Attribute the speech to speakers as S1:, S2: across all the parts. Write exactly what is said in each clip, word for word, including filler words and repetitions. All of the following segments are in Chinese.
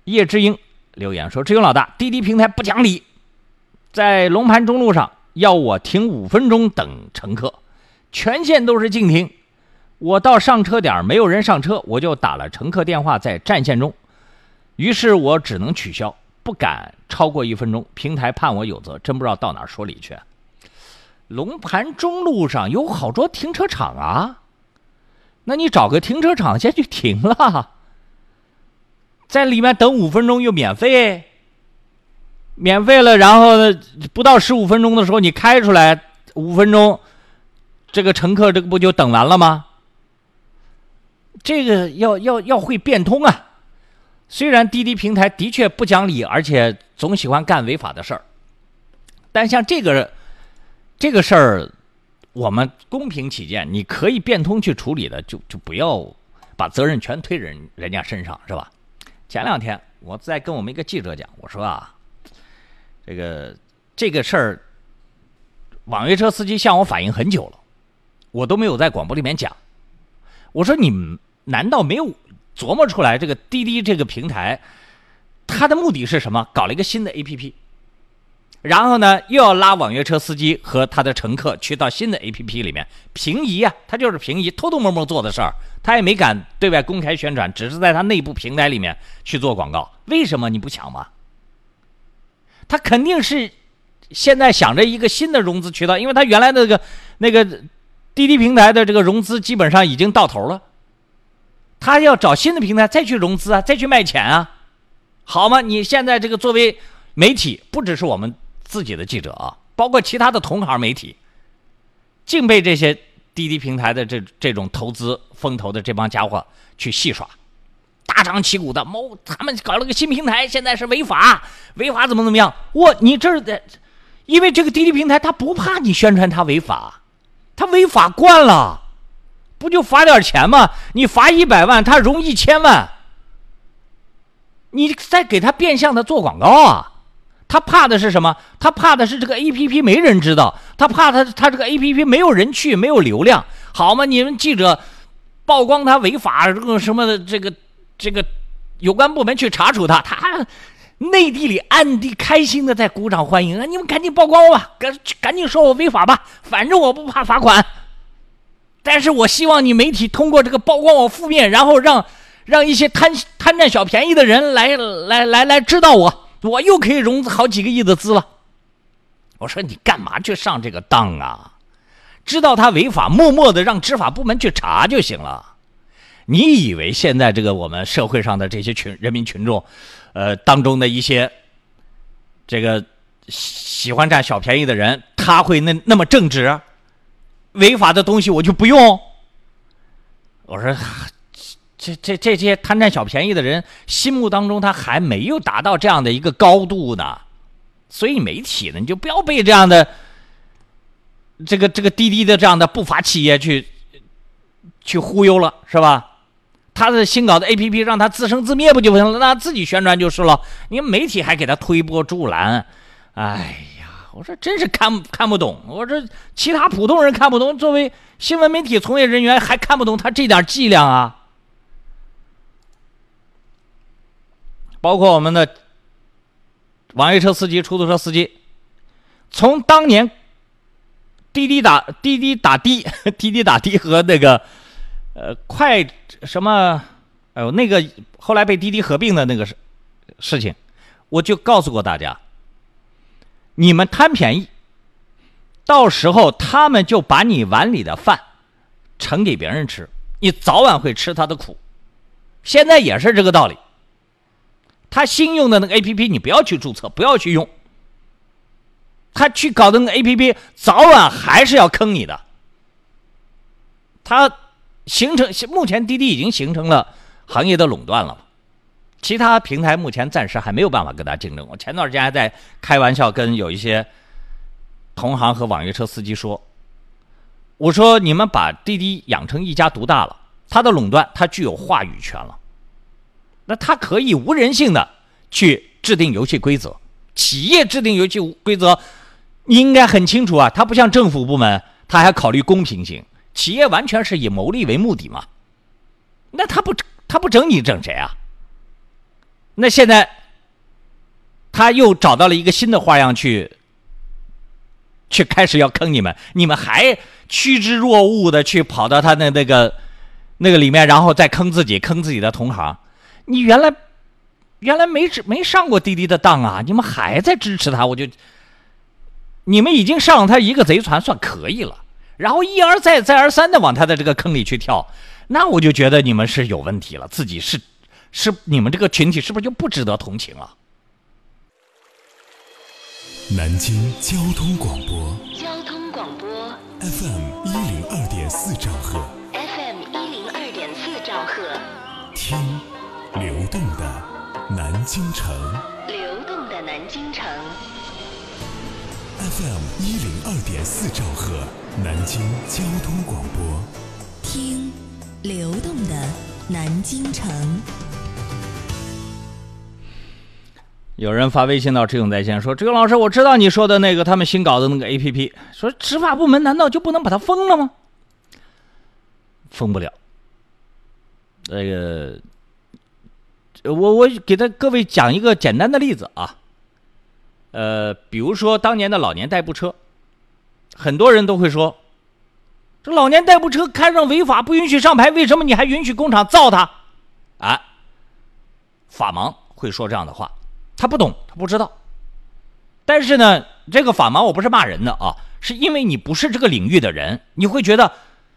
S1: 叶之英留言说：“志勇老大，滴滴平台不讲理，在龙盘中路上要我停五分钟等乘客，全线都是静停。我到上车点没有人上车，我就打了乘客电话在占线中，于是我只能取消，不敢超过一分钟。平台判我有责，真不知道到哪儿说理去。龙盘中路上有好多停车场啊，那你找个停车场先去停了，在里面等五分钟又免费，免费了，然后呢，不到十五分钟的时候你开出来五分钟，这个乘客这个不就等完了吗？这个要要要会变通啊！虽然滴滴平台的确不讲理，而且总喜欢干违法的事儿，但像这个这个事儿，我们公平起见，你可以变通去处理的，就就不要把责任全推人人家身上，是吧？前两天我在跟我们一个记者讲，我说啊，这个这个事儿，网约车司机向我反映很久了，我都没有在广播里面讲。我说你们难道没有琢磨出来这个滴滴这个平台它的目的是什么？搞了一个新的 A P P， 然后呢又要拉网约车司机和他的乘客去到新的 A P P 里面平移啊，他就是平移，偷偷摸摸做的事儿，他也没敢对外公开宣传，只是在他内部平台里面去做广告。为什么你不抢吗？他肯定是现在想着一个新的融资渠道，因为他原来的那个那个滴滴平台的这个融资基本上已经到头了，他要找新的平台再去融资啊，再去卖钱啊，好吗？你现在这个作为媒体，不只是我们自己的记者啊，包括其他的同行媒体，竟被这些滴滴平台的这这种投资风投的这帮家伙去戏耍，大张旗鼓的某他们搞了个新平台，现在是违法，违法怎么怎么样？我你这的，因为这个滴滴平台他不怕你宣传他违法，他违法惯了，不就罚点钱吗？你罚一百万，他融一千万，你再给他变相的做广告啊！他怕的是什么？他怕的是这个 A P P 没人知道，他怕他他这个 A P P 没有人去，没有流量，好吗？你们记者曝光他违法这个什么的，这个这个有关部门去查处他，他内地里暗地开心的在鼓掌欢迎啊！你们赶紧曝光我吧，赶赶紧说我违法吧，反正我不怕罚款。但是我希望你媒体通过这个曝光我负面，然后让让一些贪贪占小便宜的人来来来来知道我，我又可以融资好几个亿的资了。我说你干嘛去上这个当啊？知道他违法，默默的让执法部门去查就行了。你以为现在这个我们社会上的这些群人民群众，呃，当中的一些这个喜欢占小便宜的人，他会那那么正直？违法的东西我就不用？我说这这这些贪占小便宜的人心目当中他还没有达到这样的一个高度呢，所以媒体呢你就不要被这样的这个这个滴滴的这样的不法企业去去忽悠了，是吧？他的新搞的 A P P 让他自生自灭不就行了？让他自己宣传就是了。你们媒体还给他推波助澜，哎呀，我说真是看看不懂。我这其他普通人看不懂，作为新闻媒体从业人员还看不懂他这点伎俩啊！包括我们的网约车司机、出租车司机，从当年滴滴打滴滴打的滴滴打的和那个呃快什么哎呦那个后来被滴滴合并的那个事情，我就告诉过大家，你们贪便宜，到时候他们就把你碗里的饭盛给别人吃，你早晚会吃他的苦。现在也是这个道理。他新用的那个 A P P 你不要去注册，不要去用，他去搞的那个 A P P 早晚还是要坑你的。他形成目前滴滴已经形成了行业的垄断了，其他平台目前暂时还没有办法跟他竞争。我前段时间还在开玩笑跟有一些同行和网约车司机说，我说你们把滴滴养成一家独大了，他的垄断他具有话语权了，那他可以无人性的去制定游戏规则。企业制定游戏规则应该很清楚啊，他不像政府部门，他还考虑公平性。企业完全是以牟利为目的嘛，那他不他不整你整谁啊？ 那现在他又找到了一个新的花样去去开始要坑你们，你们还趋之若鹜的去跑到他的那个那个里面，然后再坑自己，坑自己的同行。你原来原来没没上过滴滴的当啊，你们还在支持他，我就你们已经上了他一个贼船算可以了，然后一而再再而三的往他的这个坑里去跳，那我就觉得你们是有问题了，自己是是你们这个群体是不是就不值得同情了？
S2: 南京交通广播，
S3: 交通广播
S2: F M 一零二点四兆赫
S3: ，F M 一零二点四兆赫，
S2: 听流动的南京城，
S3: 流动的南京城
S2: ，F M 一零二点四兆赫，南京交通广播，
S4: 听流动的南京城。
S1: 有人发微信到志勇在线说：“志勇老师，我知道你说的那个他们新搞的那个 A P P， 说执法部门难道就不能把它封了吗？封不了。那个，我我给他各位讲一个简单的例子啊。呃，比如说当年的老年代步车，很多人都会说，这老年代步车开上违法，不允许上牌，为什么你还允许工厂造它？啊，法盲会说这样的话。”他不懂，他不知道。但是呢，这个法盲我不是骂人的啊，是因为你不是这个领域的人，你会觉得，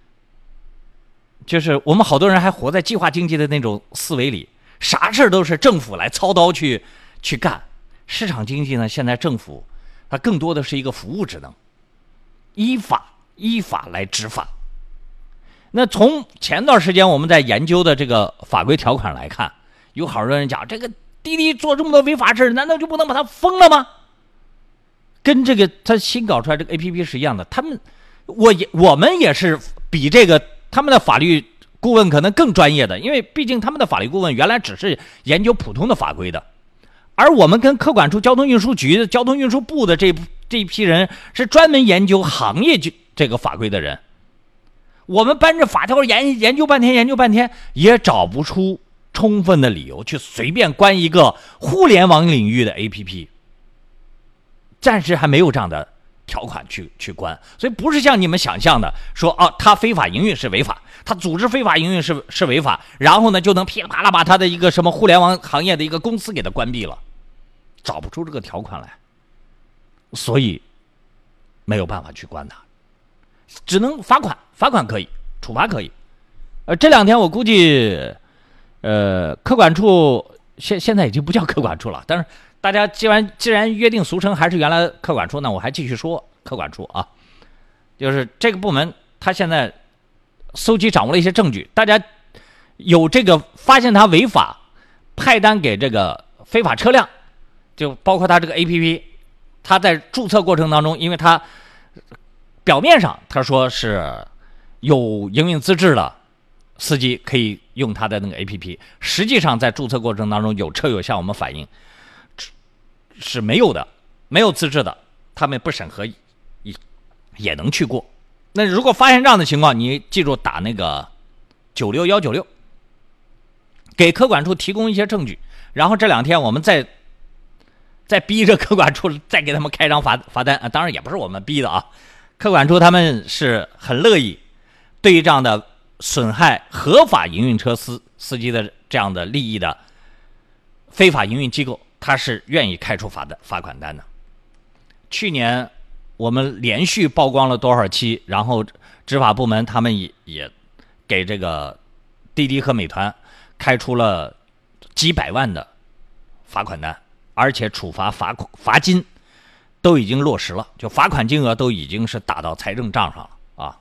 S1: 就是我们好多人还活在计划经济的那种思维里，啥事都是政府来操刀去去干。市场经济呢，现在政府它更多的是一个服务职能，依法依法来执法。那从前段时间我们在研究的这个法规条款来看，有好多人讲这个。滴滴做这么多违法事，难道就不能把它封了吗？跟这个他新搞出来这个 A P P 是一样的。他们，我也我们也是比这个他们的法律顾问可能更专业的，因为毕竟他们的法律顾问原来只是研究普通的法规的，而我们跟科管处交通运输局、交通运输部的这这一批人是专门研究行业这个法规的人。我们搬着法条研研究半天，研究半天也找不出充分的理由去随便关一个互联网领域的 A P P， 暂时还没有这样的条款去去关，所以不是像你们想象的说啊，他非法营运是违法，他组织非法营运是是违法，然后呢就能噼里啪啦把他的一个什么互联网行业的一个公司给他关闭了，找不出这个条款来，所以没有办法去关他，只能罚款，罚款可以，处罚可以。呃，这两天我估计。呃，科管处现现在已经不叫科管处了，但是大家既然既然约定俗称还是原来科管处，那我还继续说科管处啊，就是这个部门，他现在搜集掌握了一些证据，大家有这个发现他违法，派单给这个非法车辆，就包括他这个 A P P， 他在注册过程当中，因为他表面上他说是有营运资质的。司机可以用他的那个 A P P， 实际上在注册过程当中，有车友向我们反映是没有的，没有资质的，他们不审核也也能去过。那如果发现这样的情况，你记住打那个九六一九六，给科管处提供一些证据，然后这两天我们再再逼着科管处再给他们开张罚罚单啊，当然也不是我们逼的啊，科管处他们是很乐意对于这样的。损害合法营运车司司机的这样的利益的非法营运机构，他是愿意开出罚的罚款单的。去年我们连续曝光了多少期，然后执法部门他们也也给这个滴滴和美团开出了几百万的罚款单，而且处罚罚罚金都已经落实了，就罚款金额都已经是打到财政账上了啊。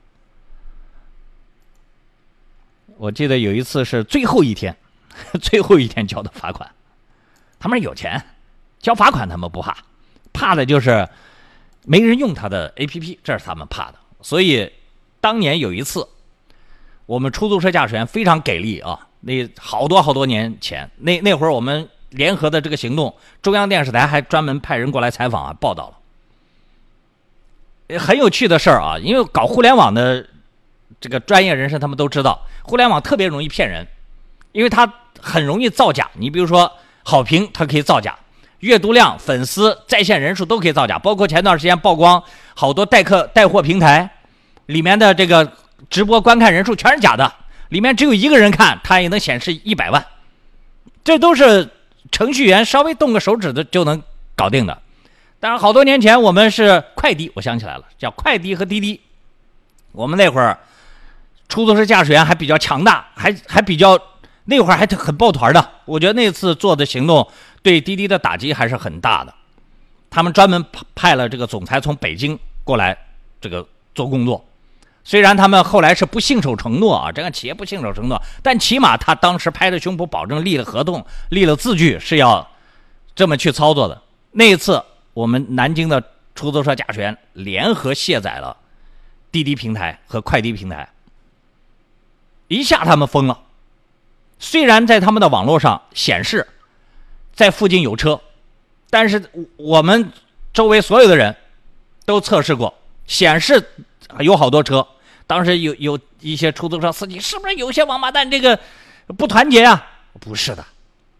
S1: 我记得有一次是最后一天，最后一天交的罚款。他们有钱，交罚款他们不怕，怕的就是没人用他的 A P P， 这是他们怕的。所以当年有一次，我们出租车驾驶员非常给力啊！那好多好多年前，那那会儿我们联合的这个行动，中央电视台还专门派人过来采访啊，报道了。很有趣的事儿啊，因为搞互联网的这个专业人士他们都知道，互联网特别容易骗人，因为它很容易造假。你比如说好评它可以造假，阅读量、粉丝、在线人数都可以造假，包括前段时间曝光好多代客带货平台里面的这个直播观看人数全是假的，里面只有一个人看，它也能显示一百万，这都是程序员稍微动个手指的就能搞定的。当然，好多年前我们是快滴，我想起来了，叫快滴和滴滴。我们那会儿出租车驾驶员还比较强大，还还比较那会儿还很抱团的。我觉得那次做的行动对滴滴的打击还是很大的。他们专门派了这个总裁从北京过来这个做工作。虽然他们后来是不信守承诺啊，这个企业不信守承诺，但起码他当时拍着胸脯保证立了合同、立了字据，是要这么去操作的。那一次，我们南京的出租车驾驶员联合卸载了滴滴平台和快滴平台，一下他们疯了。虽然在他们的网络上显示在附近有车，但是我们周围所有的人都测试过，显示有好多车。当时有有一些出租车司机，是不是有些王八蛋这个不团结啊？不是的，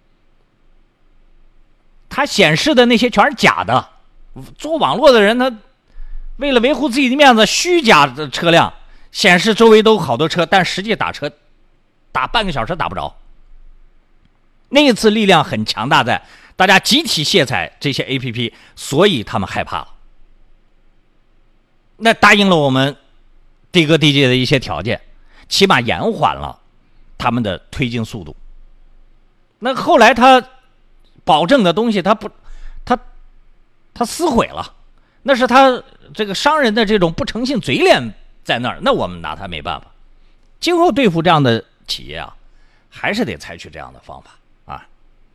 S1: 他显示的那些全是假的。做网络的人，他为了维护自己的面子，虚假的车辆显示周围都有好多车，但实际打车打半个小时打不着。那一次力量很强大，在大家集体卸载这些 A P P， 所以他们害怕了。那答应了我们地哥地界的一些条件，起码延缓了他们的推进速度。那后来他保证的东西，他不，他他撕毁了，那是他这个商人的这种不诚信嘴脸在那儿，那我们拿他没办法。今后对付这样的企业啊，还是得采取这样的方法啊。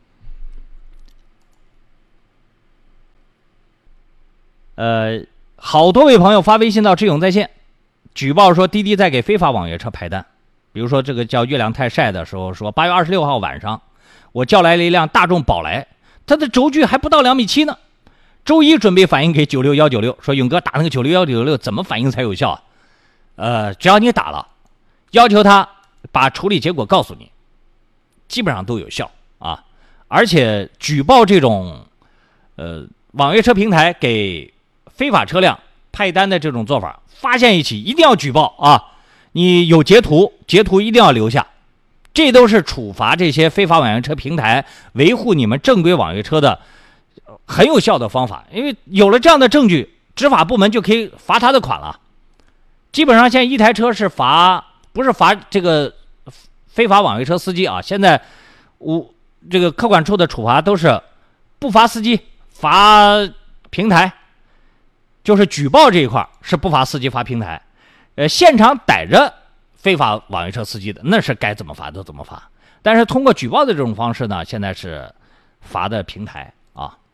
S1: 呃，好多位朋友发微信到智勇在线，举报说滴滴在给非法网约车派单。比如说这个叫月亮太晒的时候说，八月二十六号晚上，我叫来了一辆大众宝来，它的轴距还不到两米七呢。周一准备反映给九六一九六，说勇哥打那个九六一九六怎么反应才有效啊？呃，只要你打了，要求他把处理结果告诉你，基本上都有效啊。而且举报这种呃网约车平台给非法车辆派单的这种做法，发现一起一定要举报啊！你有截图，截图一定要留下，这都是处罚这些非法网约车平台、维护你们正规网约车的很有效的方法。因为有了这样的证据，执法部门就可以罚他的款了。基本上现在一台车是罚，不是罚这个非法网约车司机啊，现在我这个客管处的处罚都是不罚司机，罚平台。就是举报这一块是不罚司机罚平台，呃，现场逮着非法网约车司机的，那是该怎么罚都怎么罚。但是通过举报的这种方式呢，现在是罚的平台啊。